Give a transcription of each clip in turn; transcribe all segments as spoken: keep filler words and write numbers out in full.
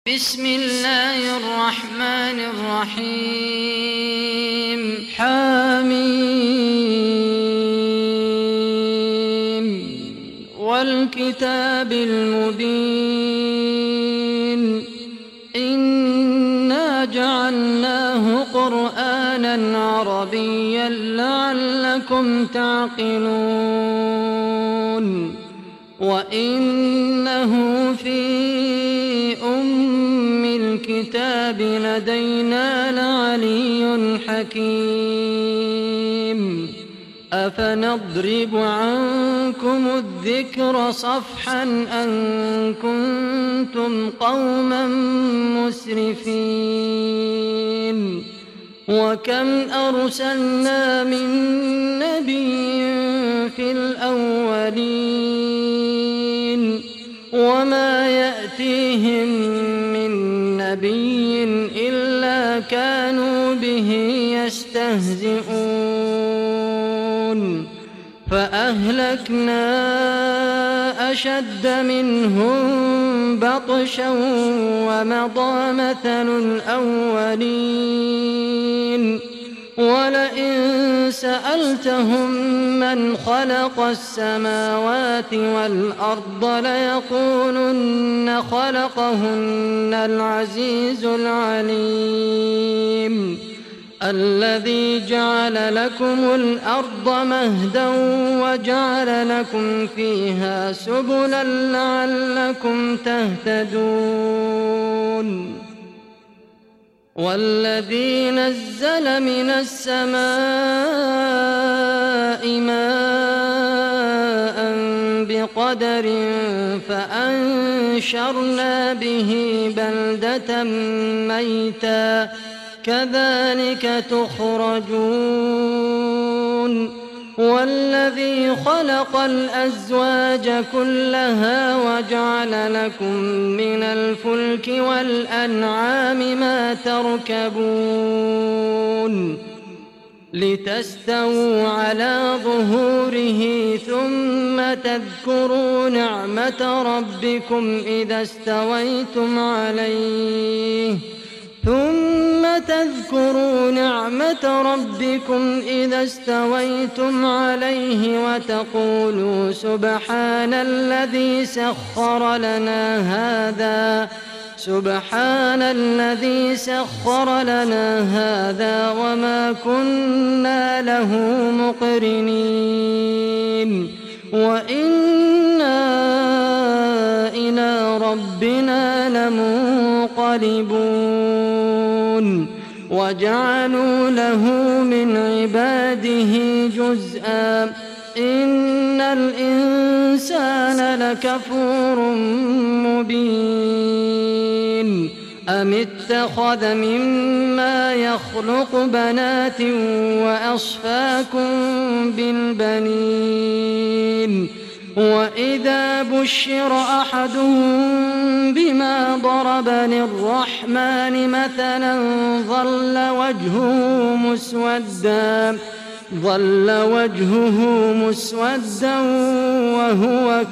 بسم الله الرحمن الرحيم حميم والكتاب المبين إنا جعلناه قرآنا عربيا لعلكم تعقلون وإنه في أم الكتاب لدينا لعلي حكيم أفنضرب عنكم الذكر صفحا أن كنتم قوما مسرفين وكم أرسلنا من نبي في الأولين وما يأتيهم من نبي إلا كانوا به يستهزئون فأهلكنا أشد منهم بطشا ومضى مثل الأولين ولئن سألتهم من خلق السماوات والأرض ليقولن خلقهن العزيز العليم الذي جعل لكم الأرض مهدا وجعل لكم فيها سبلا لعلكم تهتدون والذي نزل من السماء ماء بقدر فأنشرنا به بلدة ميتا كذلك تخرجون والذي خلق الأزواج كلها وجعل لكم من الفلك والأنعام ما تركبون لتستووا على ظهوره ثم تذكروا نعمة ربكم إذا استويتم عليه ثم تذكروا نعمة ربكم إذا استويتم عليه وتقولوا سبحان الذي سخر لنا هذا سبحان الذي سخر لنا هذا وما كنا له مقرنين وإنا إلى ربنا لمنقلبون وجعلوا له من عباده جزءا إن الإنسان لكفور مبين أم اتخذ مما يخلق بنات وأصفاكم بالبنين وإذا بشر أحدهم بما ضرب للرحمن مثلا ظل وجهه مسودا ظل وجهه مسودا وهو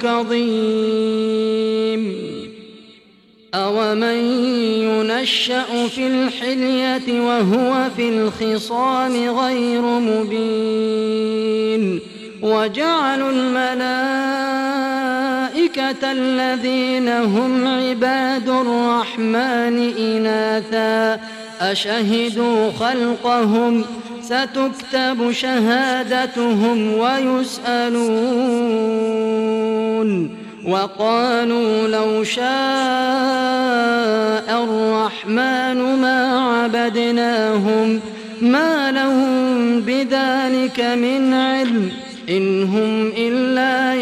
كظيم أومن ينشأ في الحلية وهو في الخصام غير مبين وجعلوا الملائكة الذين هم عباد الرحمن إناثا أشهدوا خلقهم ستكتب شهادتهم ويسألون وقالوا لو شاء الرحمن ما عبدناهم ما لهم بذلك من علم إن هم إلا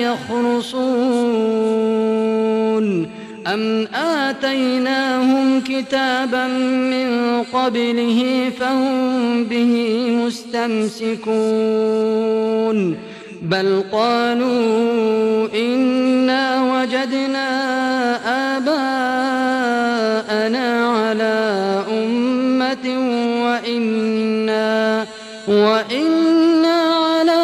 يخرصون أم آتيناهم كتابا من قبله فهم به مستمسكون بل قالوا إنا وجدنا آباءنا على أمة وإنا وإنا على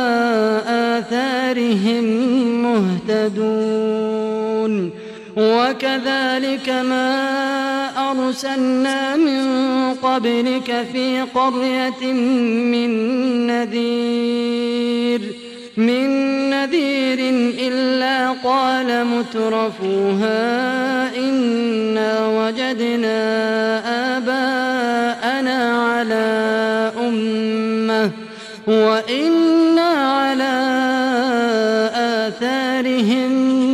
آثارهم مهتدون وكذلك ما أرسلنا من قبلك في قرية من نذير من نذير إلا قال مترفوها إنا وجدنا آباءنا على أمة وإنا على آثارهم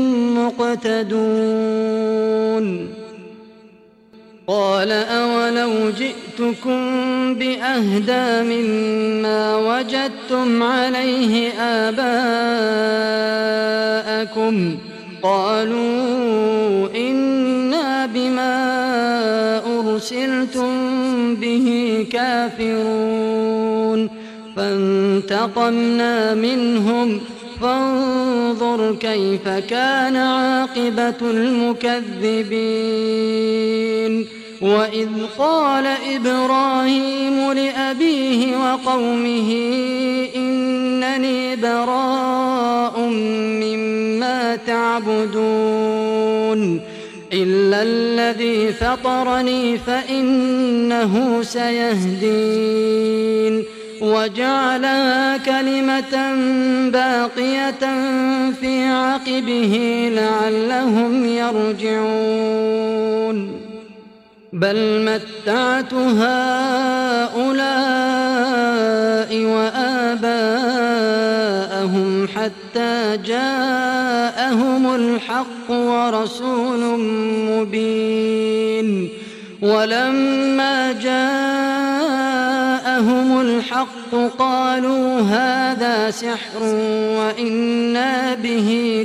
مقتدون قال أولو جئتكم بأهدى مما وجدتم عليه آباءكم قالوا إنا بما أرسلتم به كافرون فانتقمنا منهم فانظر كيف كان عاقبة المكذبين وإذ قال إبراهيم لأبيه وقومه إنني براء مما تعبدون إلا الذي فطرني فإنه سيهدين وجعلها كلمة باقية في عقبه لعلهم يرجعون بل متعت هؤلاء وآباءهم حتى جاءهم الحق ورسول مبين ولما جاءهم الحق قالوا هذا سحر وإنا به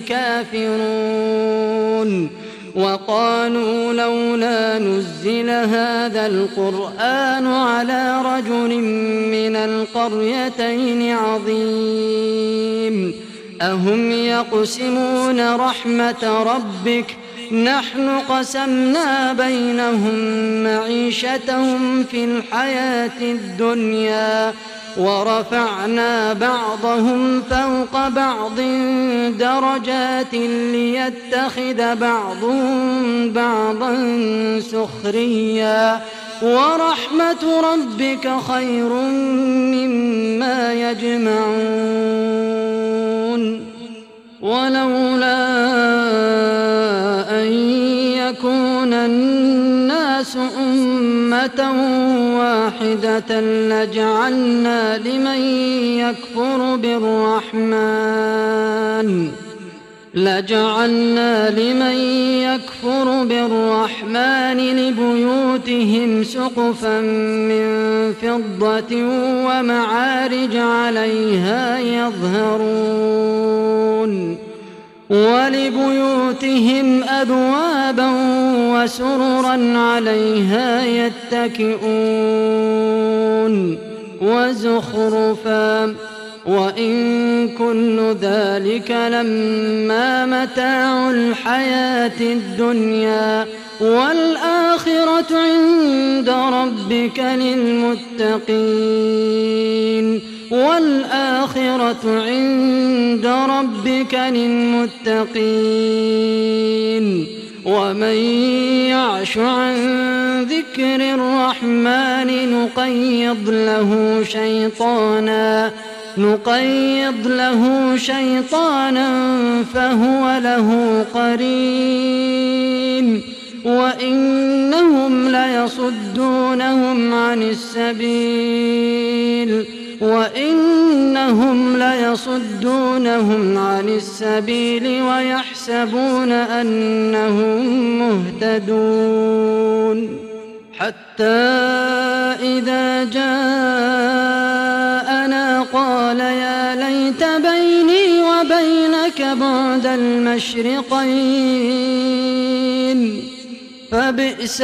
كافرون وقالوا لولا نزل هذا القرآن على رجل من القريتين عظيم أهم يقسمون رحمة ربك نحن قسمنا بينهم معيشتهم في الحياة الدنيا ورفعنا بعضهم فوق بعض درجات ليتخذ بعضهم بعضا سخريا ورحمة ربك خير مما يجمعون ولولا أن يكون الناس أمة واحدة لجعلنا لمن يكفر بالرحمن لجعلنا لمن يكفر بالرحمن لبيوتهم سقفا من فضة ومعارج عليها يظهرون ولبيوتهم أبوابا وسررا عليها يتكئون وزخرفا وإن كل ذلك لما متاع الحياة الدنيا والآخرة عند ربك للمتقين والآخرة عند ربك للمتقين ومن يعش عن ذكر الرحمن نقيض له شيطانا نقيض له شيطانا فهو له قرين وإنهم ليصدونهم عن السبيل وإنهم ليصدونهم عن السبيل ويحسبون أنهم مهتدون حتى إذا جاءنا قال يا ليت بيني وبينك بعد المشرقين فبئس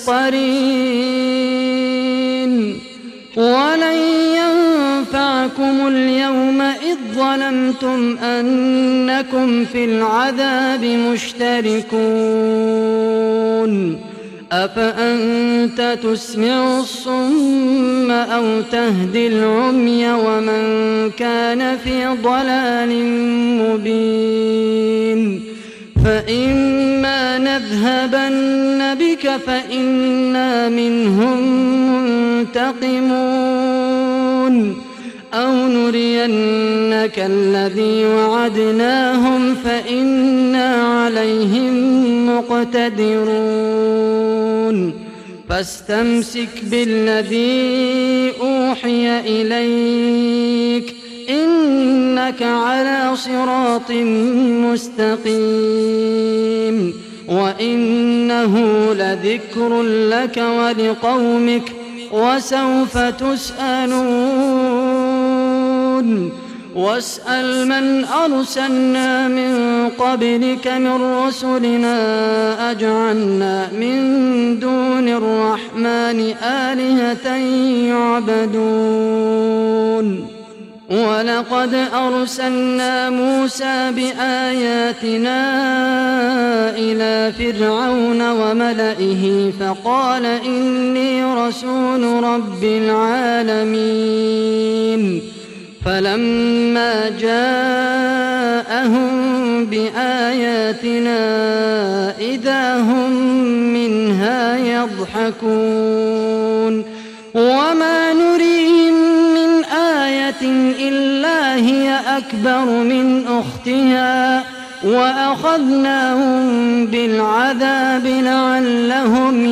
القرين ولن ينفعكم اليوم إذ ظلمتم أنكم في العذاب مشتركون أفأنت تسمع الصم أو تهدي العمي ومن كان في ضلال مبين فإما نذهبن بك فإنا منهم منتقمون أو نرينك الذي وعدناهم فإنا عليهم مقتدرون فاستمسك بالذي أوحي إليك إنك على صراط مستقيم وإنه لذكر لك ولقومك وسوف تسألون واسأل من أرسلنا من قبلك من رسلنا أجعلنا من دون الرحمن آلهة يعبدون ولقد أرسلنا موسى بآياتنا إلى فرعون وملئه فقال إني رسول رب العالمين فلما جاءهم بآياتنا إذا هم منها يضحكون وما نريهم من آية إلا هي أكبر من أختها وأخذناهم بالعذاب لعلهم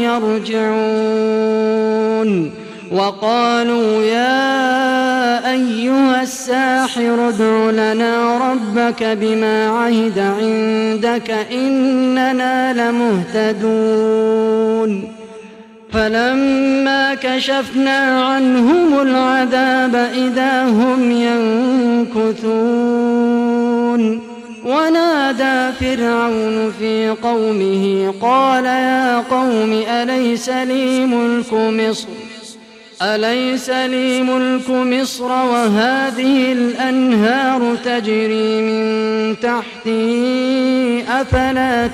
يرجعون وقالوا يا أيها الساحر ادع لنا ربك بما عهد عندك إننا لمهتدون فلما كشفنا عنهم العذاب إذا هم ينكثون ونادى فرعون في قومه قال يا قوم أليس لي ملك مصر أليس لي ملك مصر وهذه الأنهار تجري من تحتي أفلا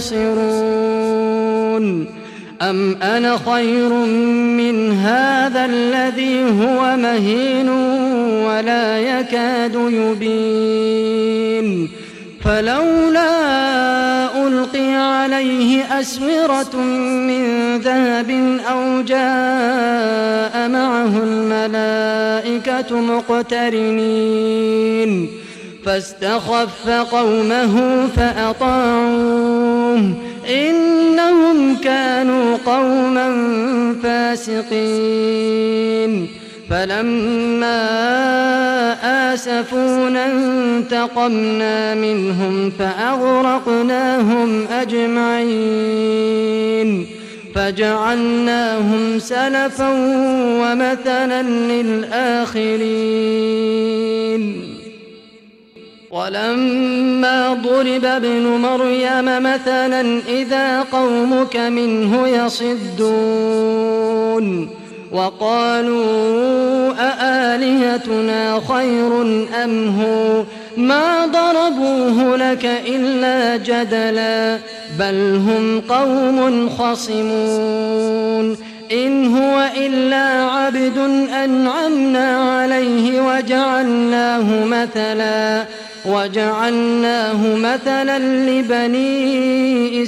تبصرون أم أنا خير من هذا الذي هو مهين ولا يكاد يبين فلولا ألقي عليه أسورة من ذهب أو جاء معه الملائكة مقترنين فاستخف قومه فأطاعوه إنهم كانوا قوما فاسقين فلما آسفونا انتقمنا منهم فأغرقناهم أجمعين فجعلناهم سلفا ومثلا للآخرين ولما ضرب ابن مريم مثلا إذا قومك منه يصدون وقالوا أآلهتنا خير أم هو ما ضربوه لك إلا جدلا بل هم قوم خصمون إن هو إلا عبد أنعمنا عليه وجعلناه مثلا وجعلناه مثلا لبني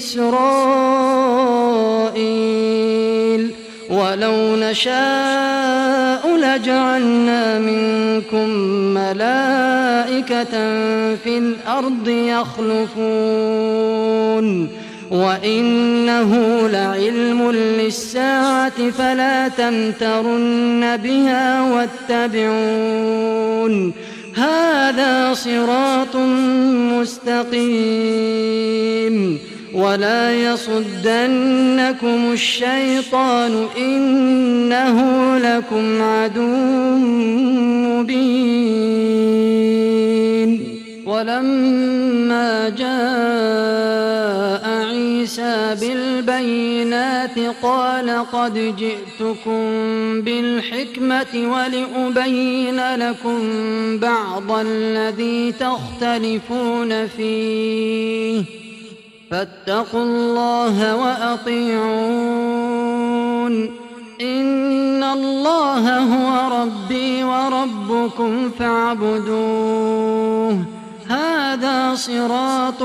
إسرائيل ولو نشاء لجعلنا منكم ملائكة في الأرض يخلفون وإنه لعلم للساعة فلا تمترن بها واتبعون هذا صراط مستقيم ولا يصدنكم الشيطان إنه لكم عدو مبين ولما جاء عيسى بالبينات قال قد جئتكم بالحكمة ولأبين لكم بعض الذي تختلفون فيه فاتقوا الله وأطيعون إن الله هو ربي وربكم فاعبدوه هذا صراط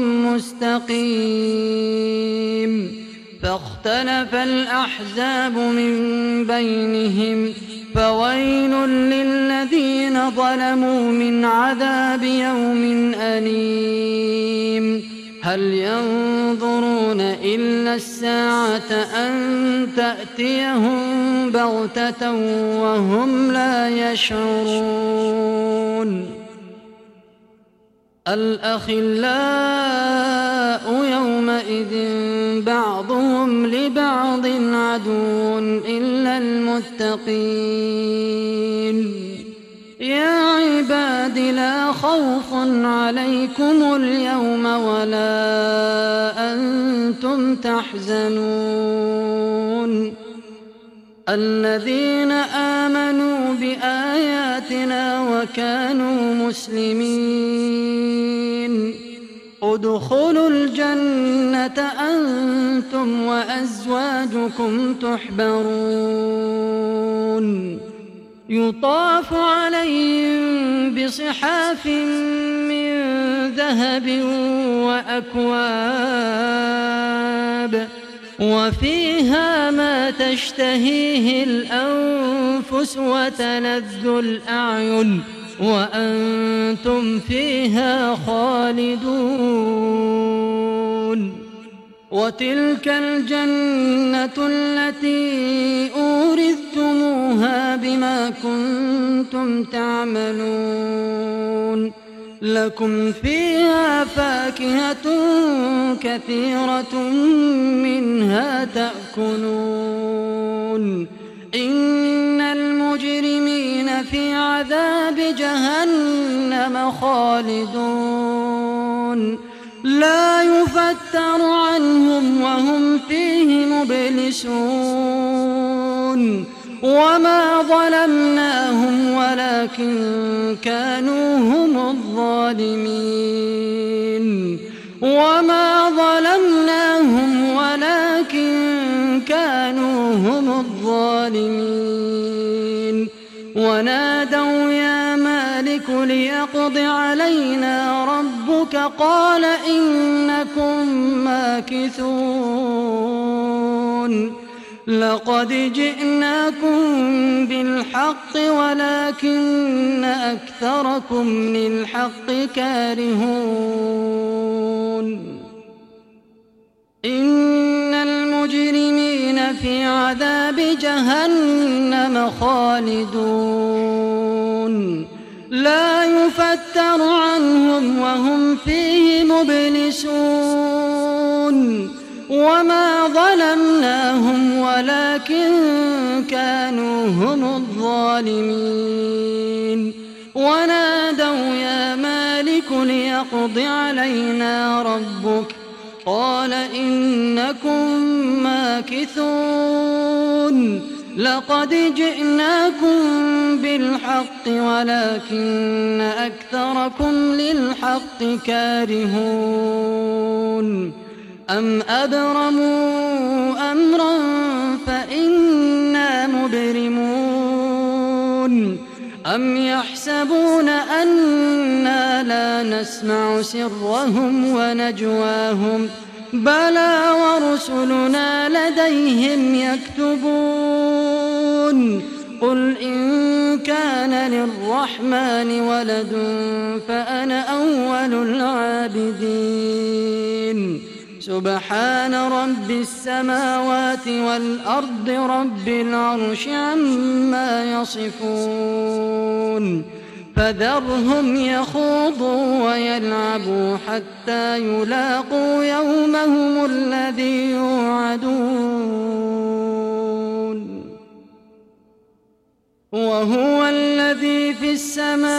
مستقيم فاختلف الأحزاب من بينهم فويل للذين ظلموا من عذاب يوم أليم هل ينظرون إلا الساعة أن تأتيهم بغتة وهم لا يشعرون الأخلاء يومئذ بعضهم لبعض عدو إلا المتقين يا عباد لا خوف عليكم اليوم ولا أنتم تحزنون الذين آمنوا بآياتنا وكانوا مسلمين ادخلوا الجنة أنتم وأزواجكم تحبرون يطاف عليهم بصحاف من ذهب وأكواب وفيها ما تشتهيه الأنفس وتلذ الأعين وأنتم فيها خالدون وتلك الجنة التي أورثتموها بما كنتم تعملون لكم فيها فاكهة كثيرة منها تأكلون إن المجرمين في عذاب جهنم خالدون لا يفتر عنهم وهم فيه مبلسون وما ظلمناهم ولكن كانوا هم الظالمين وما ظلمناهم ولكن كانوا هم الظالمين ونادوا يا مالك ليقض علينا ربك قال إنكم ماكثون لقد جئناكم بالحق ولكن أكثركم للحق كارهون إن المجرمين في عذاب جهنم خالدون لا يفتر عنهم وهم فيه مبلسون وما ظلمناهم ولكن كانوا هم الظالمين ونادوا يا مالك ليقض علينا ربك قال إنكم ماكثون لقد جئناكم بالحق ولكن أكثركم للحق كارهون أم أبرموا أمرا فإنا مبرمون أم يحسبون أنا لا نسمع سرهم ونجواهم بلى ورسلنا لديهم يكتبون قل إن كان للرحمن ولد فأنا أول العابدين سبحان رب السماوات والأرض رب العرش عما يصفون فذرهم يخوضوا ويلعبوا حتى يلاقوا يومهم الذي يوعدون وهو الذي في السماء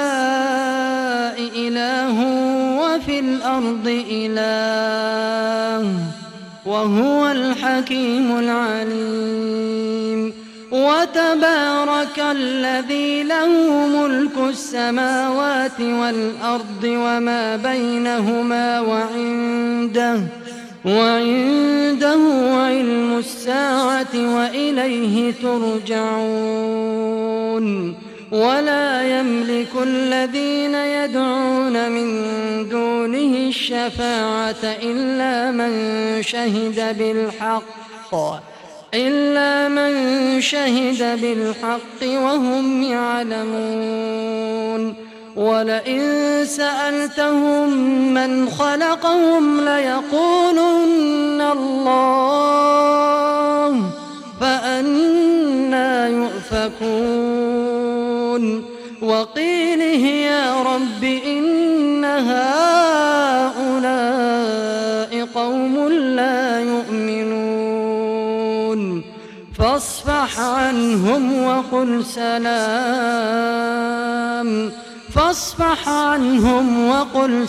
إله وفي الأرض إله وهو الحكيم العليم وتبارك الذي له ملك السماوات والأرض وما بينهما وعنده وعنده علم الساعة وإليه ترجعون ولا يملك الذين يدعون من دونه الشفاعة إلا من شهد بالحق إلا من شهد بالحق وهم يعلمون ولئن سألتهم من خلقهم ليقولن الله فأنى يؤفكون وقيله يا رب إن هؤلاء قوم لا يؤمنون فاصفح عنهم وقل سلام فاصفح عنهم وقل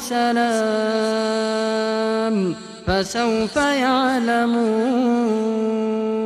سلام فسوف يعلمون.